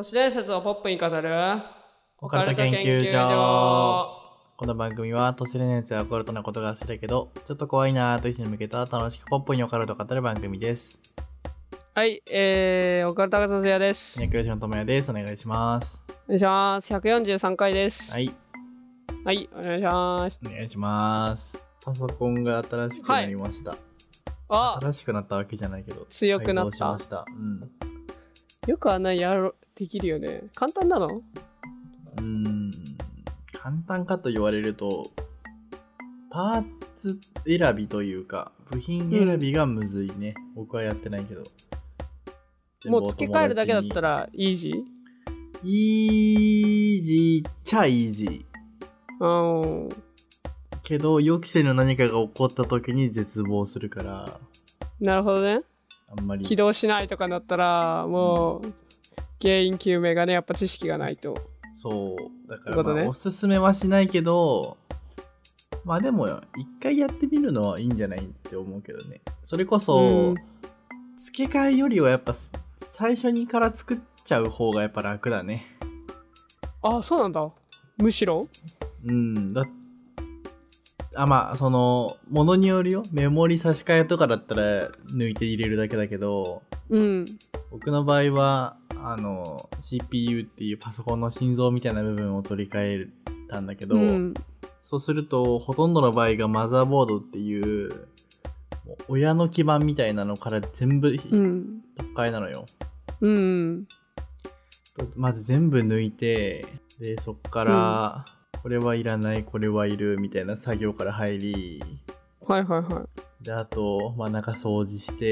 都市伝説をポップに語るオカルト研究所。この番組は都市伝説やオカルトなことが好きだけどちょっと怖いなーという人に向けた楽しくポップにオカルトを語る番組です。 はい、オカルト博士のせやです。 ネクレションともやです。お願いします。 お願いします。143回です。 はいはい、お願いします。 お願いします。パソコンが新しくなりました、新しくなったわけじゃないけど強くなった。 改造しました。 よくあんなできるよね。簡単なの？ 簡単かと言われるとパーツ選びというか部品選びがむずいね、僕はやってないけど。 もう付け替えるだけだったらイージー？ イージーっちゃイージーけど予期せぬ何かが起こった時に絶望するから。 なるほどね。 あんまり起動しないとかなったらもう、原因究明がねやっぱ知識がないと。 そうだから、おすすめはしないけど、まあでも一回やってみるのはいいんじゃないって思うけどね。それこそ、付け替えよりはやっぱ最初にから作っちゃう方がやっぱ楽だね。 あ、そうなんだ。むしろまあそのものによるよ。メモリ差し替えとかだったら抜いて入れるだけだけど、僕の場合はCPU っていうパソコンの心臓みたいな部分を取り替えたんだけど、そうするとほとんどの場合がマザーボードっていうもう親の基板みたいなのから全部取っ替えなのよ。まず全部抜いて、でそっから、これはいらないこれはいるみたいな作業から入り、であと中掃除して、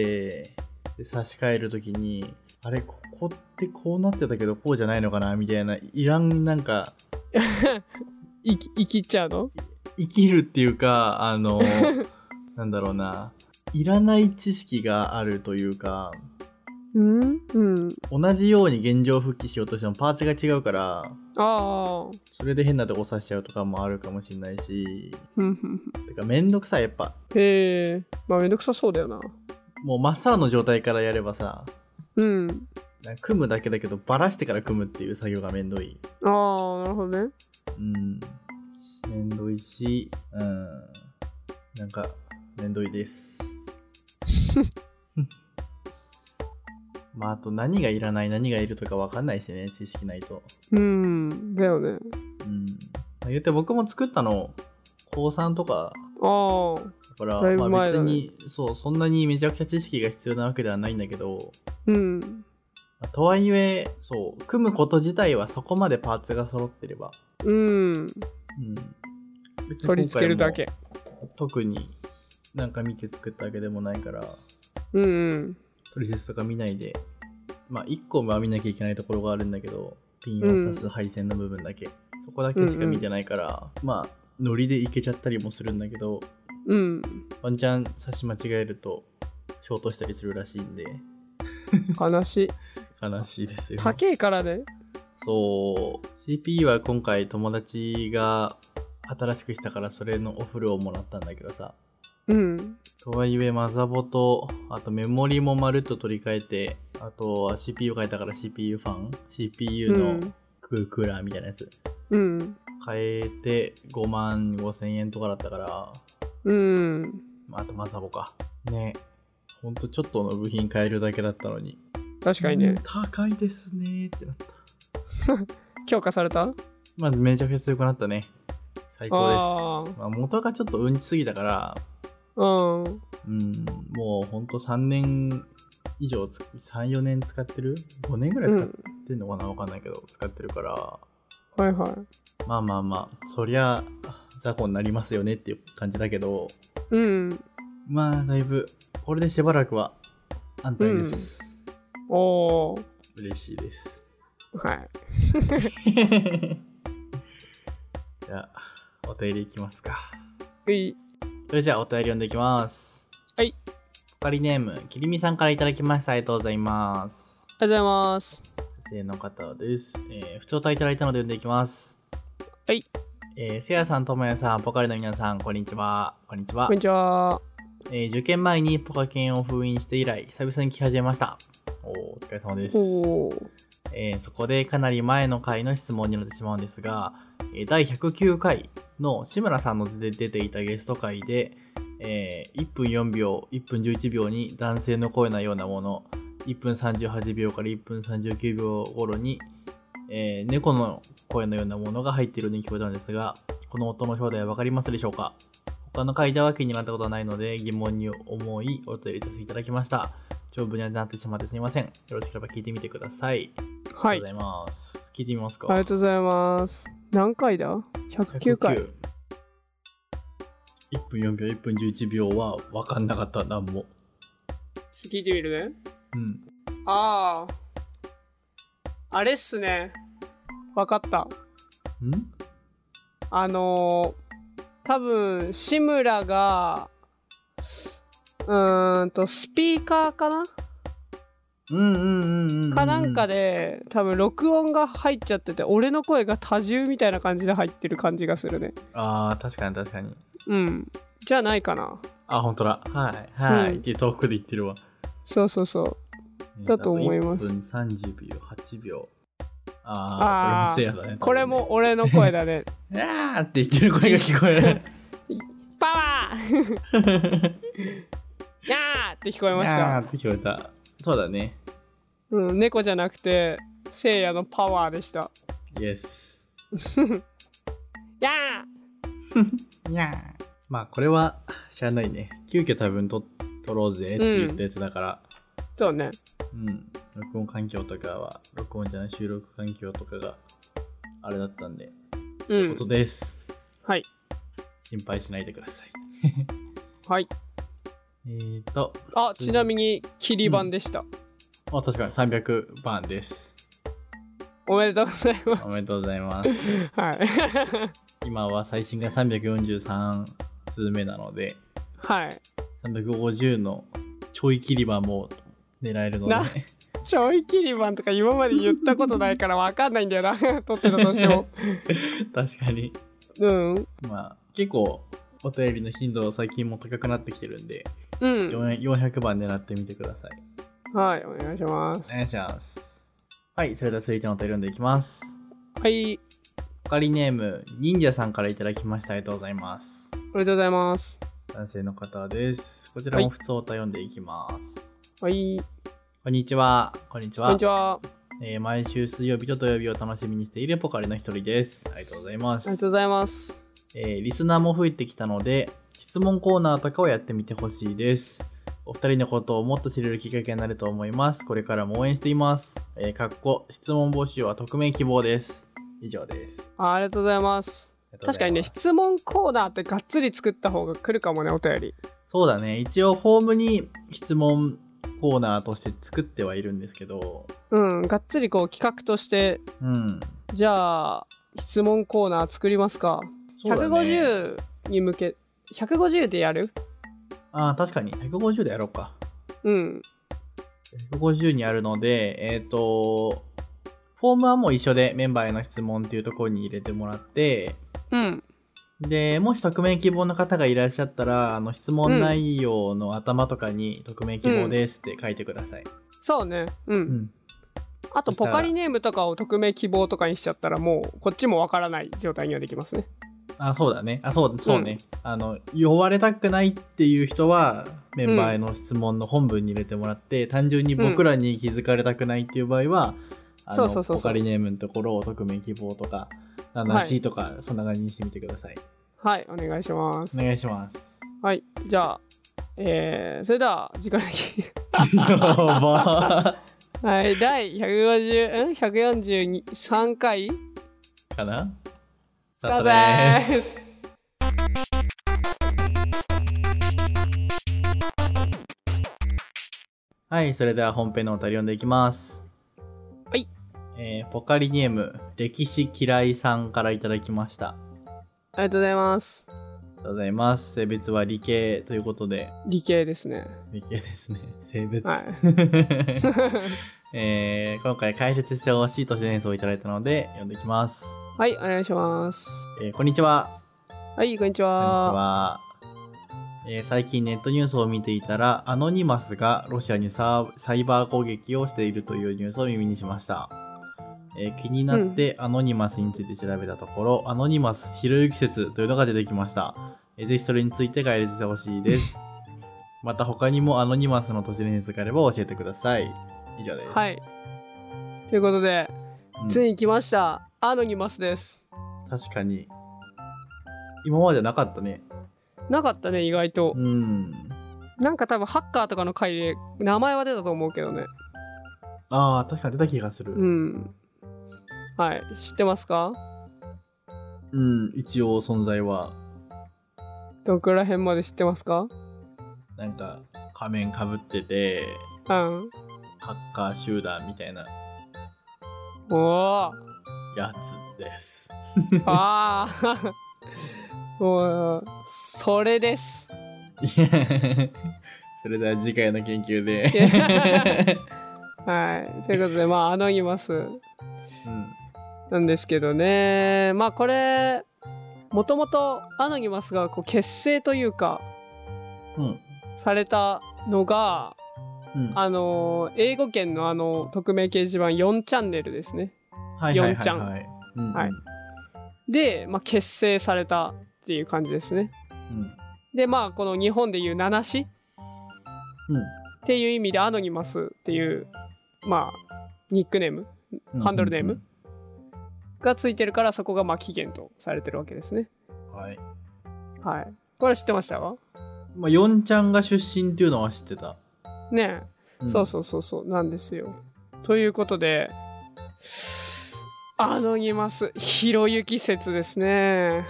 で差し替えるときにあれここってこうなってたけどこうじゃないのかなみたいな、いらんなんか生きっちゃうの？ 生きるっていうかなんだろうな、いらない知識があるというか、同じように現状復帰しようとしてもパーツが違うから、それで変なとこ刺しちゃうとかもあるかもしれないし、てかめんどくさいやっぱ。 まあめんどくさそうだよな。 もうまっさらの状態からやればさ、 組むだけだけどバラしてから組むっていう作業がめんどい。 なるほどね。 めんどいし、なんかめんどいですまああと何がいらない何がいるとか分かんないしね、知識ないと。 だよね。 言って僕も作ったの高3とかだから、まあ別にそんなにめちゃくちゃ知識が必要なわけではないんだけど、とはいえ組むこと自体はそこまでパーツが揃ってれば取り付けるだけ。 特になんか見て作ったわけでもないから、取説とか見ないで、まあ1個は見なきゃいけないところがあるんだけど、ピンを刺す配線の部分だけ、そこだけしか見てないから、まあノリでいけちゃったりもするんだけど、ワンチャン刺し間違えるとショートしたりするらしいんで悲しいですよ。 高いからね。 CPU は今回友達が新しくしたからそれのお風呂をもらったんだけどさ、とはいえマザボとあとメモリもまるっと取り替えて、あとは CPU 変えたから CPU ファン CPU のクーラーみたいなやつ、変えて55,000円とかだったから、あとマザボかね、ほんとちょっとの部品変えるだけだったのに確かにね、 高いですねってなった強化された？ まあめちゃくちゃ強くなったね。最高です。まあ、元がちょっとうんちすぎたから、もうほんと3年以上3、4年使ってる ?5 年ぐらい使ってんのかな、わかんないけど使ってるから、まあそりゃ雑魚になりますよねっていう感じだけど、まあだいぶこれでしばらくは安泰です。嬉しいです。じゃあお便りいきますか。それじゃあお便り読んでいきます。ポカリネームきりみさんからいただきました。ありがとうございます。 ありがとうございます。 女性の方です。不調体いただいたので読んでいきます。せやさん、ともやさん、ポカリの皆さん、こんにちは。受験前にポカケンを封印して以来久々に聞き始めました。お疲れ様です。 そこでかなり前の回の質問になってしまうんですが、第109回の志村さんの出ていたゲスト回で、1分4秒、1分11秒に男性の声のようなもの、1分38秒から1分39秒頃に、猫の声のようなものが入っているように聞こえたんですが、この音の正体は分かりますでしょうか？他の回では気になったことはないので疑問に思いお便りさせていただきました。長文になってしまってすみません。よろしければ聞いてみてください。 はい。 ありがとうございます。聞いてみますか？ ありがとうございます。何回だ ?109 回。1 分4秒、1分11秒は分かんなかった、なんも。 聞いてみるね。 うん。 あれっすね。分かった。多分志村がスピーカーかなかなんかで多分録音が入っちゃってて、俺の声が多重みたいな感じで入ってる感じがするね。 あー、確かに確かに。 じゃないかな。 あ、ほんとだ。はいはい、って遠くで言ってるわ。 そうだと思います。 1分30秒、8秒。これもせいやだね。 これも俺の声だね。 あーって言ってる声が聞こえる。 パワーやーって聞こえました。 やーって聞こえた。そうだね。 猫じゃなくてせいやのパワーでした。 イエス。 やーやー。まあこれは知らないね。急遽多分撮ろうぜって言ったやつだから。 そうね。 録音環境とかは、録音じゃない収録環境とかがあれだったんで、そういうことです。 はい。 心配しないでください。 はい。ちなみに切り番でした。 確かに300番です。 おめでとうございます。 おめでとうございます。 はい。 今は最新が343通目なので、 はい。 350のちょい切り番も狙えるので。 ちょい切り番とか今まで言ったことないから分かんないんだよな。撮ってたとしても。 確かに。まあ結構お便りの頻度最近も高くなってきてるんで、400番狙ってみてください。 はい、お願いします。 お願いします。はい、それでは続いてのお便り読んでいきます。 はい。 ポカリネーム忍者さんからいただきました。ありがとうございます。 ありがとうございます。 男性の方です。こちらも普通お便り読んでいきます。 はい。 こんにちは。こんにちは。 こんにちは。 毎週水曜日と土曜日を楽しみにしているポカリの一人です。ありがとうございます。 ありがとうございます。 リスナーも増えてきたので、質問コーナーとかをやってみてほしいです。お二人のことをもっと知れるきっかけになると思います。これからも応援しています。質問募集は匿名希望です。以上です。 ありがとうございます。確かにね、質問コーナーってがっつり作った方が来るかもね、お便り。 そうだね。一応ホームに質問コーナーとして作ってはいるんですけど、 がっつりこう企画として、じゃあ質問コーナー作りますか。150に向け150でやる？ 確かに150でやろうか。150にあるので、フォームはもう一緒でメンバーへの質問っていうところに入れてもらって、でもし匿名希望の方がいらっしゃったら、質問内容の頭とかに匿名希望ですって書いてください。そうね。あとポカリネームとかを匿名希望とかにしちゃったら、もうこっちもわからない状態にはできますね。そうだね。そうね。呼ばれたくないっていう人はメンバーへの質問の本文に入れてもらって、単純に僕らに気づかれたくないっていう場合は、ポカリネームのところを匿名希望とか7C とかそんな感じにしてみてください。はい、お願いします。お願いします。はい、じゃあそれでは時間的にやばはい、第143回かなスタートです。はい、それでは本編のお便り読んでいきます。はい。ポカリネーム歴史嫌いさんからいただきました。ありがとうございます。ありがとうございます。性別は理系ということで。理系ですね。理系ですね。性別。はい。今回解説してほしい都市伝説をいただいたので読んでいきます。はい、お願いします。こんにちは。はい、こんにちは。最近ネットニュースを見ていたら、アノニマスがロシアにサイバー攻撃をしているというニュースを耳にしました。 気になってアノニマスについて調べたところ、アノニマスひろゆき説というのが出てきました。ぜひそれについて概略してほしいです。また他にもアノニマスの都市伝説があれば教えてください。以上です。 はい。ということで、ついに来ました。アノニマスです。 確かに。今までなかったね。 なかったね、意外と。なんか多分ハッカーとかの回で名前は出たと思うけどね。 ああ、確かに出た気がする。 はい。知ってますか？ 一応存在は。 どこら辺まで知ってますか？ なんか仮面かぶってて、ハッカー集団みたいなやつです。 ああ、もうそれです。 それでは次回の研究で。 はい。ということで、まあアノニマスなんですけどね。まあこれもともとアノニマスがこう結成というか、されたのが、英語圏の匿名掲示板4チャンネルですね。4チャン。はい。で、まあ、結成されたっていう感じですね。で、まあこの日本でいう名無し、っていう意味でアノニマスっていう、まあニックネーム、ハンドルネームがついてるから、そこがまあ起源とされてるわけですね。はい。これ知ってましたか？ まあ、4ちゃんが出身っていうのは知ってた。 ねえ、そうなんですよ。ということで、アノニマスひろゆき説ですね。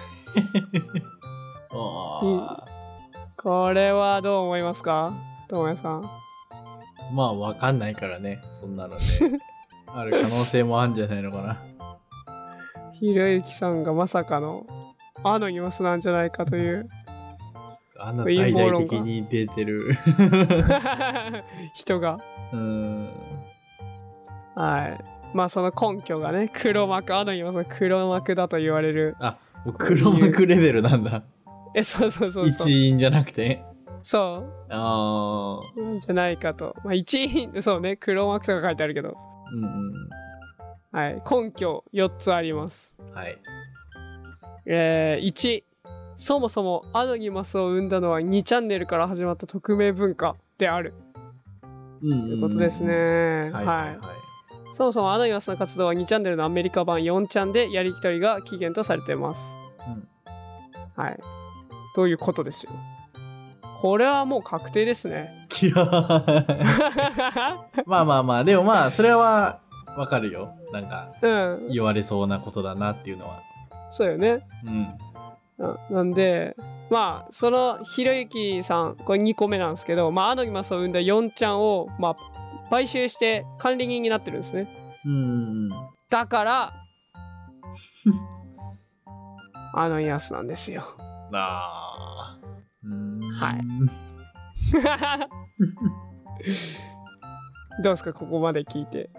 これはどう思いますか、ともやさん？ まあわかんないからね、そんなのね。ある可能性もあるんじゃないのかな。 ひろゆきさんがまさかのアノニマスなんじゃないかという。 大々的に出てる人が。はい。まあその根拠がね、黒幕、アノニマスの黒幕だと言われる。 あ、もう黒幕レベルなんだ。 そう。 一員じゃなくて。 そう。じゃないかと。まあ一員、そうね、黒幕とか書いてあるけど。はい。根拠4つあります。 はい。 1、そもそもアノニマスを生んだのは2チャンネルから始まった匿名文化である。ということですね。はい。そもそもアノニマスの活動は2チャンネルのアメリカ版4チャンでやり取りが起源とされています。はい。ということですよ。これはもう確定ですね。いやまあ、でもまあ、それはわかるよ。なんか、言われそうなことだなっていうのは。 そうよね。なんで、まあ、そのひろゆきさん、これ2個目なんですけど、まあ、アノニマスを生んだ4ちゃんを、まあ、買収して管理人になってるんですね。だから、アノニマスなんですよ。はい。どうですか、ここまで聞いて。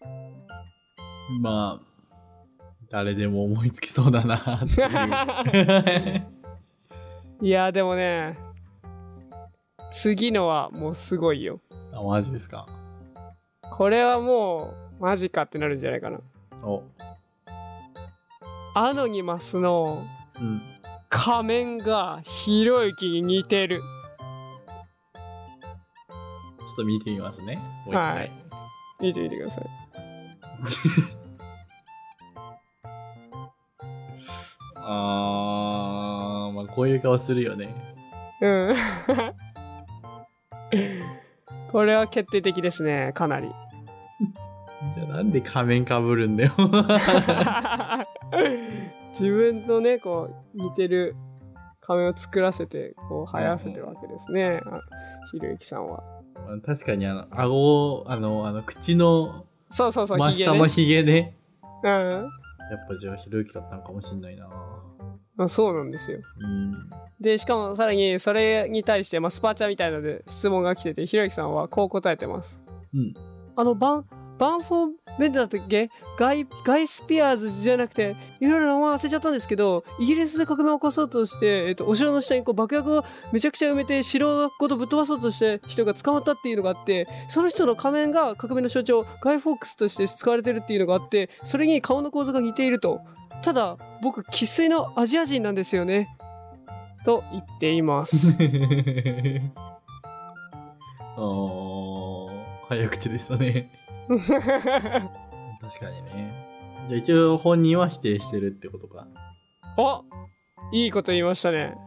まあ、誰でも思いつきそうだなっていう。 いやでもね、次のはもうすごいよ。 あ、マジですか？ これはもうマジかってなるんじゃないかな。アノニマスの仮面がひろゆきに似てる。 ちょっと見てみますね。もう一回。はい。 見てみてください。 まあこういう顔するよね。 これは決定的ですね、かなり。 じゃあなんで仮面かぶるんだよ。 自分のね、こう似てる仮面を作らせてこう生やせてるわけですね、ひろゆきさんは。 確かに顎を口のそう真下のひげね。 やっぱじゃあひろゆきだったのかもしんないな。 そうなんですよ。でしかもさらにそれに対して、スパチャみたいなので質問が来てて、ひろゆきさんはこう答えてます。ババンフォーベンダーだったっけ、ガイスピアーズじゃなくて、いろいろ名前忘れちゃったんですけど、イギリスで革命を起こそうとして、お城の下にこう爆薬をめちゃくちゃ埋めて城ごとぶっ飛ばそうとして人が捕まったっていうのがあって、その人の仮面が革命の象徴ガイ・フォックスとして使われてるっていうのがあって、それに顔の構造が似ていると。ただ僕生粋のアジア人なんですよねと言っています早口でしたね確かにね。じゃあ一応本人は否定してるってことか。 お、いいこと言いましたね。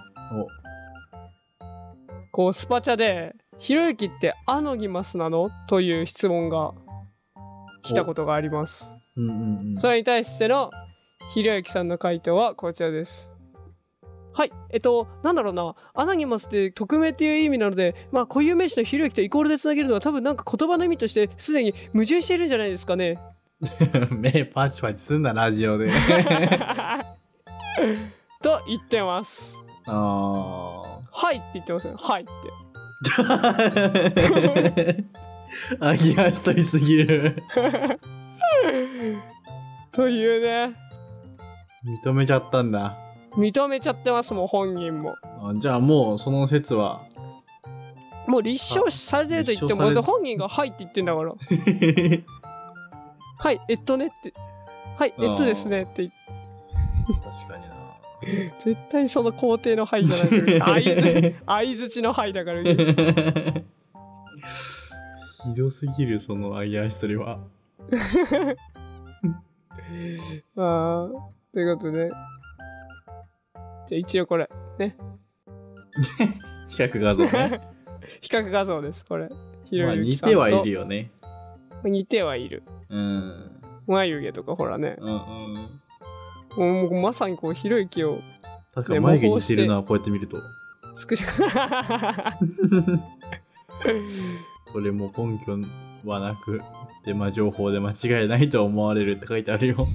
こうスパチャでひろゆきってアノニマスなのという質問が来たことがあります。それに対してのひろゆきさんの回答はこちらです。はい、なんだろうな、アノニマスって匿名っていう意味なので、まあ固有名詞のひろゆきとイコールでつなげるのは多分なんか言葉の意味としてすでに矛盾しているんじゃないですかね。 目パチパチすんなラジオでと言ってます。はいって言ってますね。はいってアギアしとりすぎるというね。 認めちゃったんだ。 認めちゃってますもん本人も。 じゃあもうその説はもう立証されてると言っても本人がはいって言ってんだからはいねってはいですねって言って。 確かにな。 絶対その皇帝のはいじゃない相づちのはいだからひどすぎるそのアギアしとりはということで、じゃあ一応これね比較画像ね比較画像ですこれ。ひろゆきさんと、まあ、似てはいるよね。 似てはいる。眉毛とかほらね。もうまさにこうひろゆきを、 確か眉毛似てるな、こうやって見るとこれも根拠はなくデマ情報で間違いないと思われるって書いてあるよ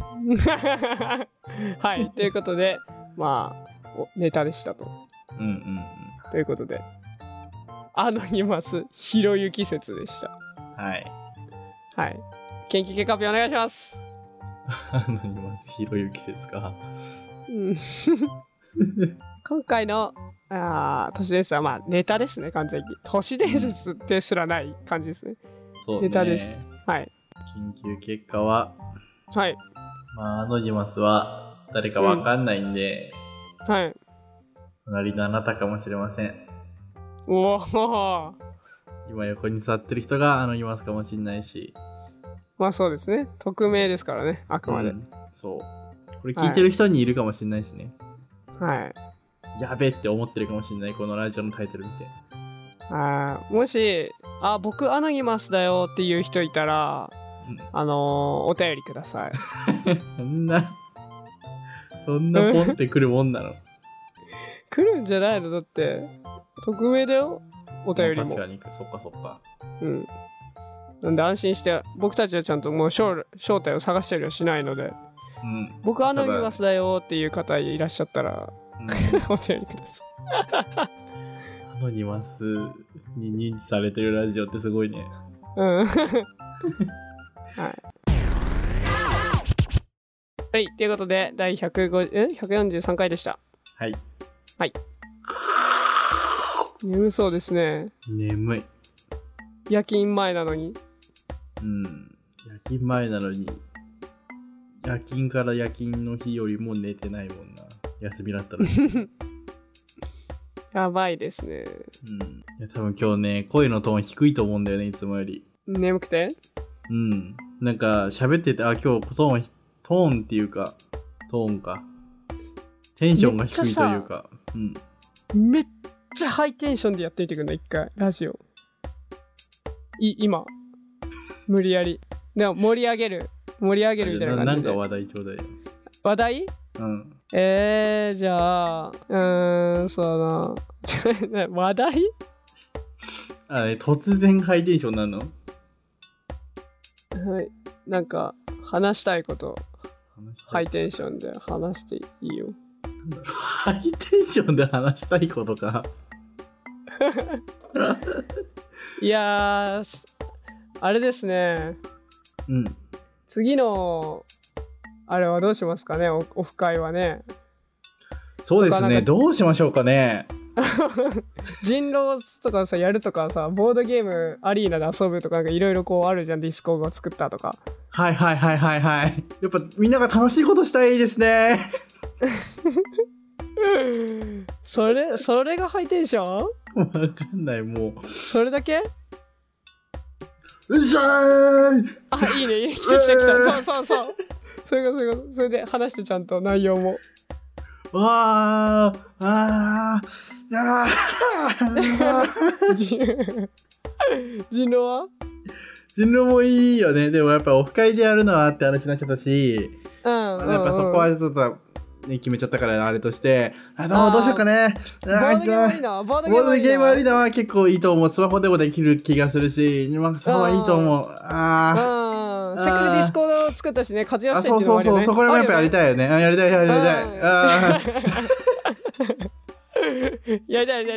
はいということでまあネタでしたと。ということでアノニマスひろゆき説でした。はい研究結果発表お願いします。 アノニマスひろゆき説か今回の都市伝説はまあネタですね。完全に都市伝説ですらない感じですね。 そうね、 ネタです。はい。 研究結果ははい。 まあアノニマスは誰かわかんないんで、 はい。 隣のあなたかもしれません。 おお。 今横に座ってる人がアノニマスかもしれないし。 まあそうですね。匿名ですからね、あくまで。 そう。これ聞いてる人にいるかもしれないですね。 はい。 やべって思ってるかもしれない、このラジオのタイトル見て。 もし、僕アノニマスだよっていう人いたら、お便りください。 そんなポンってくるもんなの来るんじゃないの？だって、匿名だよ、お便りも。 確かに、そっか。 なんで安心して、僕たちはちゃんともう正体を探したりはしないので、僕アノニマスだよっていう方いらっしゃったら、お便りください。 アノニマスに認知されてるラジオってすごいね。 はい、ということで第143回でした。はい。眠そうですね。 眠い。 夜勤前なのに。 夜勤前なのに、夜勤から夜勤の日よりも寝てないもんな。休みだったら。 やばいですね。 いや多分今日ね、声のトーン低いと思うんだよね、いつもより。 眠くて？ なんか喋ってて、今日トーンっていうか、トーンか。テンションが低いというか。 めっちゃハイテンションでやっていてくんだ、一回、ラジオ。今、無理やり。でも盛り上げるみたいな感じで。 なんか話題ちょうだいよ。 話題？じゃあ、そうだな。話題？ 突然ハイテンションなの？ はい。なんか、話したいこと、ハイテンションで話していいよ。 ハイテンションで話したいことか。 いやー、あれですね。 うん。 次のあれはどうしますかね、オフ会はね。 そうですね、どうしましょうかね。 人狼とかさやるとかさ、ボードゲームアリーナで遊ぶとかいろいろこうあるじゃん、ディスコードを作ったとか。 はいはいはいはいはい。やっぱみんなが楽しいことしたいですね。 それがハイテンション？わかんない、もう。 それだけ？ うっしゃーい。 あ、いいね、いいね、来た来た来た。そう。そういうこと。それで話してちゃんと内容も。 わー、 人狼は？ 人狼もいいよね。でもやっぱオフ会でやるのはって話になっちゃったし、やっぱそこはちょっと、ね、決めちゃったからあれとして、どうしようかね。 ボードゲームアリーナ？ボードゲームアリーナは結構いいと思う。スマホでもできる気がするし、そこはいいと思う。 せっかくディスコードを作ったしね、活用したいっていうのもあるよね。 そこでもやっぱやりたいよね。やりたい。やりたい。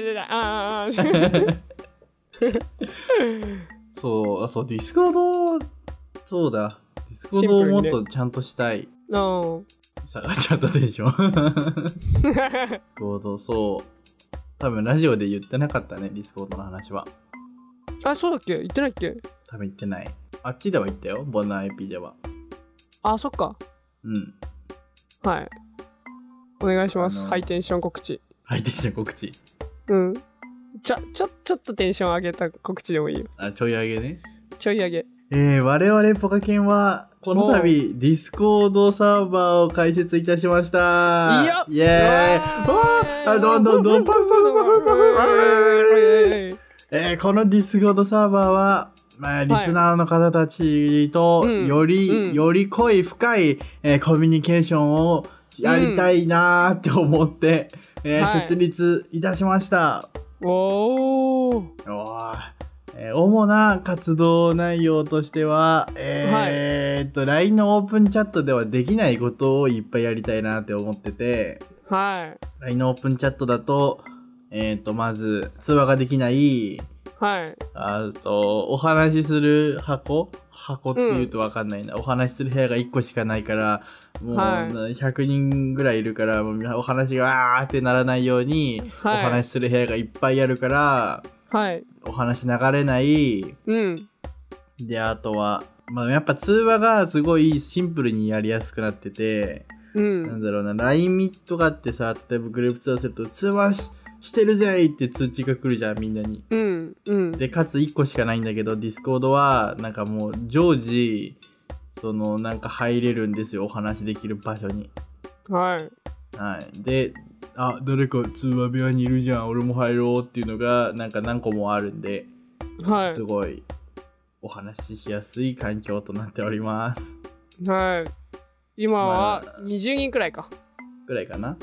そう、ディスコード、そうだ。ディスコードをもっとちゃんとしたい。下がっちゃったでしょ。ディスコード、そう。多分ラジオで言ってなかったね、ディスコードの話は。 あ、そうだっけ？言ってないっけ？ 多分言ってない。あっちでは言ったよ、ボナ IP では。 あ、そっか。 うん。 はい。お願いします。ハイテンション告知。 ハイテンション告知。 うん。ちょっとテンション上げた告知でもいいよ。 あ、ちょい上げね。 ちょい上げ。 我々ポカケンはこの度ディスコードサーバーを開設いたしました。イエーイ。どんどんパフ。このディスコードサーバーは、リスナーの方たちとより濃い深い、コミュニケーションをやりたいなーって思って、設立いたしました。主な活動内容としては、LINE のオープンチャットではできないことをいっぱいやりたいなって思ってて、LINE のオープンチャットだと、まず通話ができない、あとお話しする箱って言うと分かんないな、お話しする部屋が1個しかないから、もう100人ぐらいいるから、もうお話がわーってならないように、お話しする部屋がいっぱいあるから、お話流れない、で、あとは、やっぱ通話がすごいシンプルにやりやすくなってて、なんだろうな、LINE ミとかってさ、例えばグループ通話すると通話してるぜって通知が来るじゃん、みんなに。で、かつ1個しかないんだけど、Discord はなんかもう常時なんか入れるんですよ、お話できる場所に。で、誰か通話部屋にいるじゃん、俺も入ろうっていうのがなんか何個もあるんで、すごいお話ししやすい環境となっております。 今は20人くらいか。 くらいかな。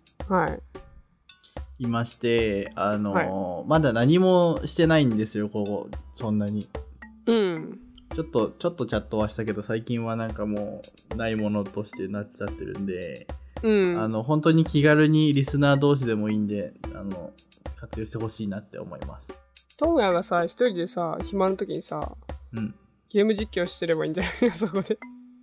いまして、まだ何もしてないんですよ、ここ、そんなに。ちょっとチャットはしたけど、最近はなんかもうないものとしてなっちゃってるんで、本当に気軽にリスナー同士でもいいんで、活用してほしいなって思います。 トモヤがさ、一人でさ、暇の時にさ、ゲーム実況してればいいんじゃないの、そこで。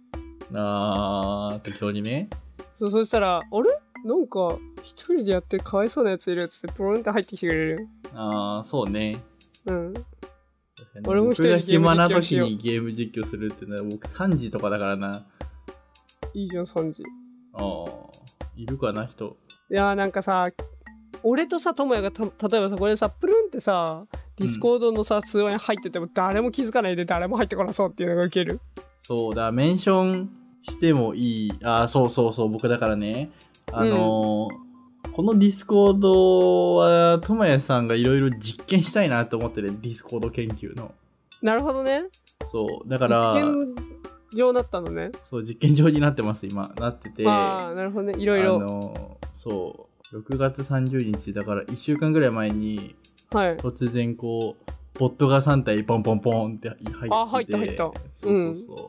適当にね。 そしたら、あれなんか一人でやってかわいそうなやついるっつってプロンって入ってきてくれる。 そうね。 俺も一人でゲーム実況しよう。暇な時にゲーム実況するってのは僕3時とかだからな。 いいじゃん、3時。 いるかな、人。 いやなんかさ、俺とさ、ともやが例えばさ、これさ、プルンってさ、ディスコードのさ、通話に入ってても誰も気づかないで誰も入ってこなそうっていうのがウケる。 そうだ、メンションしてもいい。そう、僕だからね。このディスコードは、ともやさんがいろいろ実験したいなと思ってる、ディスコード研究の。 なるほどね。 そう、だから、 実験場になったのね。 そう、実験場になってます、今。なってて。 なるほどね、いろいろ。 そう、6月30日だから1週間ぐらい前に、突然こう、ボットが3体ポンポンポンって入ってて。 入った。 そう。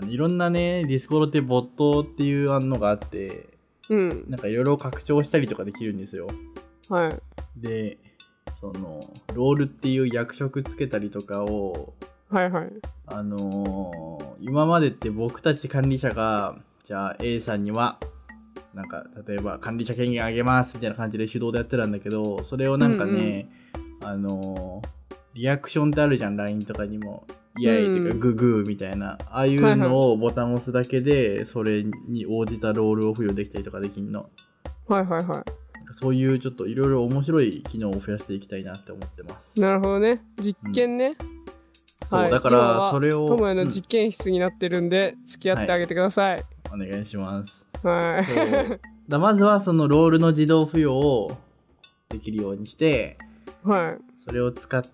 いろんなね、ディスコードってボットっていうのがあって、なんかいろいろ拡張したりとかできるんですよ。で、ロールっていう役職つけたりとかを、 はいはい。 今までって僕たち管理者が、じゃあ A さんには、なんか例えば管理者権限あげますみたいな感じで手動でやってたんだけど、それをなんかね、リアクションってあるじゃん、LINE とかにも。イエイとかググーみたいな、ああいうのをボタンを押すだけで、それに応じたロールを付与できたりとかできんの。 はいはいはい。 そういうちょっといろいろ面白い機能を増やしていきたいなって思ってます。 なるほどね。実験ね。 そう、だからそれを。 ともやの実験室になってるんで、付き合ってあげてください。 お願いします。 はい。 まずはそのロールの自動付与をできるようにして、 はい。 それを使って、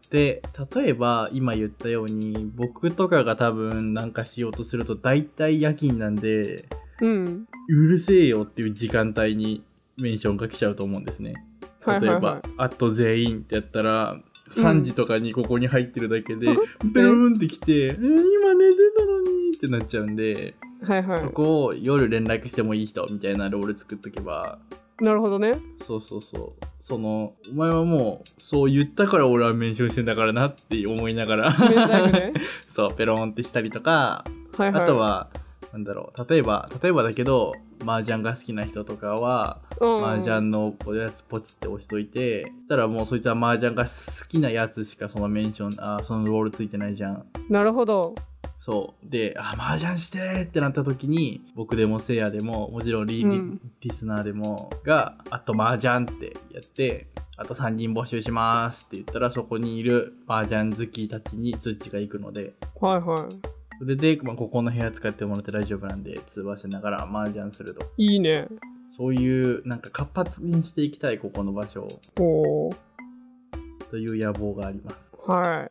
例えば今言ったように僕とかが多分なんかしようとすると大体夜勤なんで、うるせえよっていう時間帯にメンションが来ちゃうと思うんですね。例えば、あと全員ってやったら3時とかにここに入ってるだけで、ベロンって来て、今寝てたのにってなっちゃうんで、そこを夜連絡してもいい人みたいなロール作っとけば。 なるほどね。 そう。お前はもうそう言ったから俺はメンションしてんだからなって思いながらね、 そう、ペロンってしたりとか、あとはなんだろう、例えばだけど麻雀が好きな人とかは、麻雀のやつポチって押しといて、そしたらもうそいつは麻雀が好きなやつしかそのメンションそのロールついてないじゃん。 なるほど。 そうで、麻雀してーってなった時に、僕でもせいやでももちろんリスナーでもが、あと麻雀ってやって、あと3人募集しますって言ったら、そこにいる麻雀好きたちに通知が行くので、それで、ここの部屋使ってもらって大丈夫なんで、通話しながら麻雀すると。 いいね。 そういうなんか活発にしていきたい、ここの場所を。という野望があります。 はい。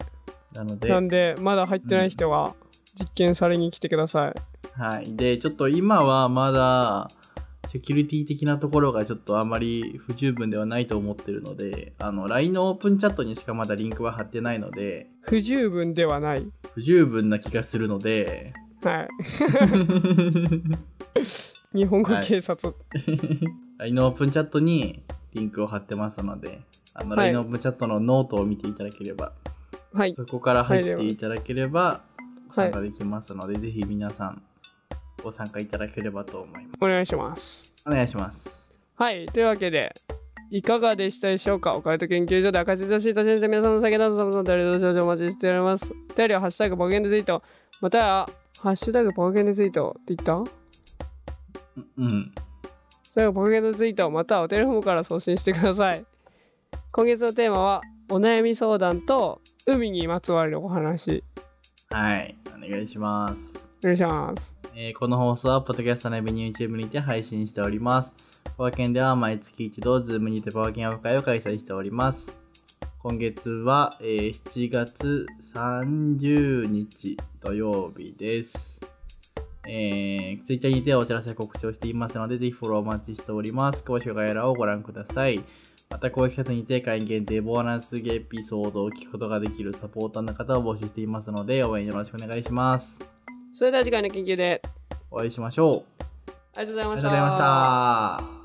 なんでまだ入ってない人は実験されに来てください。 はい。で、ちょっと今はまだセキュリティ的なところがちょっとあまり不十分ではないと思ってるので、LINE のオープンチャットにしかまだリンクは貼ってないので。 不十分ではない。 不十分な気がするので。 はい。日本語警察。 LINE のオープンチャットにリンクを貼ってますので、LINE のオープンチャットのノートを見ていただければ、そこから入っていただければ参加できますので、ぜひ皆さんご参加いただければと思います。 お願いします。 お願いします。 はい、というわけでいかがでしたでしょうか。オカルト研究所で赤字女子として皆さんの先など様々なお便りどうぞお待ちしております。お便りはハッシュタグパパゲンデツイート、またはハッシュタグパパゲンデツイートって言った？最後パパゲンデツイートまたはおテレフォンから送信してください。今月のテーマはお悩み相談と海にまつわるお話。 はい、お願いします。 お願いします。 この放送はポッドキャスト並びに YouTube にて配信しております。パワケンでは毎月一度 Zoom にてパワケンオフ会を開催しております。今月は、7月30日土曜日です。Twitter にてお知らせ告知をしていますので、ぜひフォローお待ちしております。詳しく概要欄をご覧ください。また、公式サイトにて会員限定ボーナスエピソードを聞くことができるサポーターの方を募集していますので、応援よろしくお願いします。 それでは次回の研究でお会いしましょう。 ありがとうございました。 ありがとうございました。